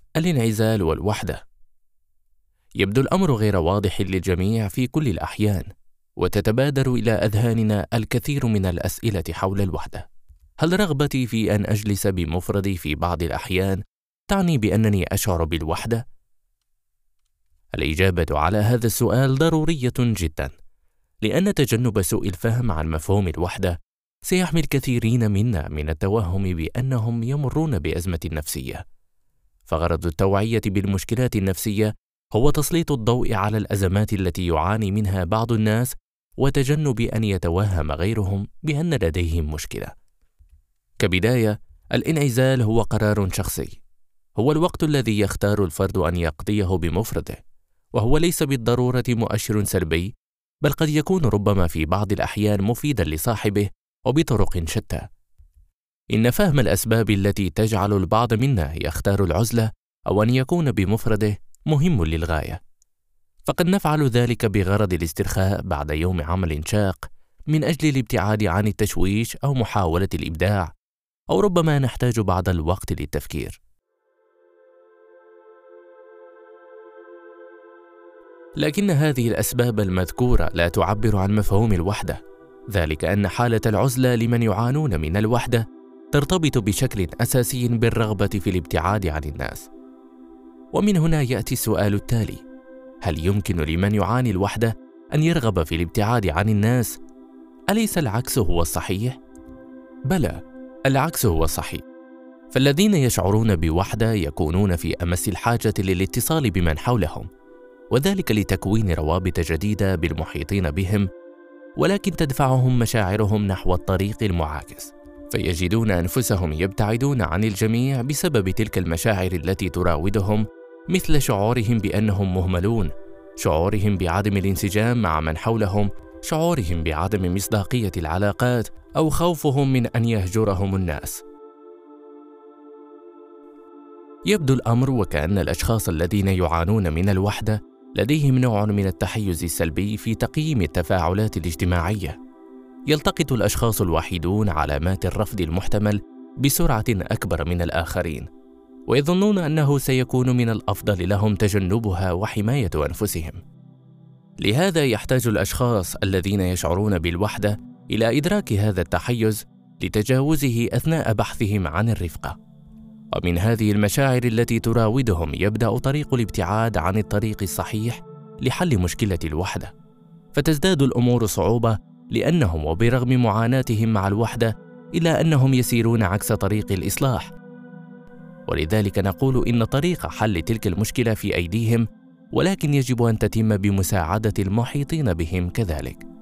الانعزال والوحدة. يبدو الأمر غير واضح للجميع في كل الأحيان، وتتبادر إلى أذهاننا الكثير من الأسئلة حول الوحدة. هل رغبتي في أن أجلس بمفردي في بعض الأحيان تعني بأنني أشعر بالوحدة؟ الإجابة على هذا السؤال ضرورية جدا، لأن تجنب سوء الفهم عن مفهوم الوحدة سيحمي الكثيرين منا من التوهم بأنهم يمرون بأزمة نفسية. فغرض التوعية بالمشكلات النفسية هو تسليط الضوء على الأزمات التي يعاني منها بعض الناس، وتجنب أن يتوهم غيرهم بأن لديهم مشكلة. كبداية، الانعزال هو قرار شخصي، هو الوقت الذي يختار الفرد أن يقضيه بمفرده، وهو ليس بالضرورة مؤشر سلبي، بل قد يكون ربما في بعض الأحيان مفيدا لصاحبه وبطرق شتى. إن فهم الأسباب التي تجعل البعض منا يختار العزلة أو أن يكون بمفرده مهم للغاية، فقد نفعل ذلك بغرض الاسترخاء بعد يوم عمل شاق، من أجل الابتعاد عن التشويش أو محاولة الإبداع، أو ربما نحتاج بعض الوقت للتفكير. لكن هذه الأسباب المذكورة لا تعبر عن مفهوم الوحدة، ذلك أن حالة العزلة لمن يعانون من الوحدة ترتبط بشكل أساسي بالرغبة في الابتعاد عن الناس. ومن هنا يأتي السؤال التالي: هل يمكن لمن يعاني الوحدة أن يرغب في الابتعاد عن الناس؟ أليس العكس هو الصحيح؟ بلى، العكس هو الصحيح. فالذين يشعرون بوحدة يكونون في أمس الحاجة للاتصال بمن حولهم، وذلك لتكوين روابط جديدة بالمحيطين بهم، ولكن تدفعهم مشاعرهم نحو الطريق المعاكس، فيجدون أنفسهم يبتعدون عن الجميع بسبب تلك المشاعر التي تراودهم، مثل شعورهم بأنهم مهملون، شعورهم بعدم الانسجام مع من حولهم، شعورهم بعدم مصداقية العلاقات، أو خوفهم من أن يهجرهم الناس. يبدو الأمر وكأن الأشخاص الذين يعانون من الوحدة لديهم نوع من التحيز السلبي في تقييم التفاعلات الاجتماعية. يلتقط الأشخاص الوحيدون علامات الرفض المحتمل بسرعة أكبر من الآخرين، ويظنون أنه سيكون من الأفضل لهم تجنبها وحماية أنفسهم. لهذا يحتاج الأشخاص الذين يشعرون بالوحدة إلى إدراك هذا التحيز لتجاوزه أثناء بحثهم عن الرفقة. ومن هذه المشاعر التي تراودهم يبدأ طريق الابتعاد عن الطريق الصحيح لحل مشكلة الوحدة، فتزداد الأمور صعوبة، لأنهم وبرغم معاناتهم مع الوحدة إلا أنهم يسيرون عكس طريق الإصلاح. ولذلك نقول إن طريق حل تلك المشكلة في أيديهم، ولكن يجب أن تتم بمساعدة المحيطين بهم كذلك.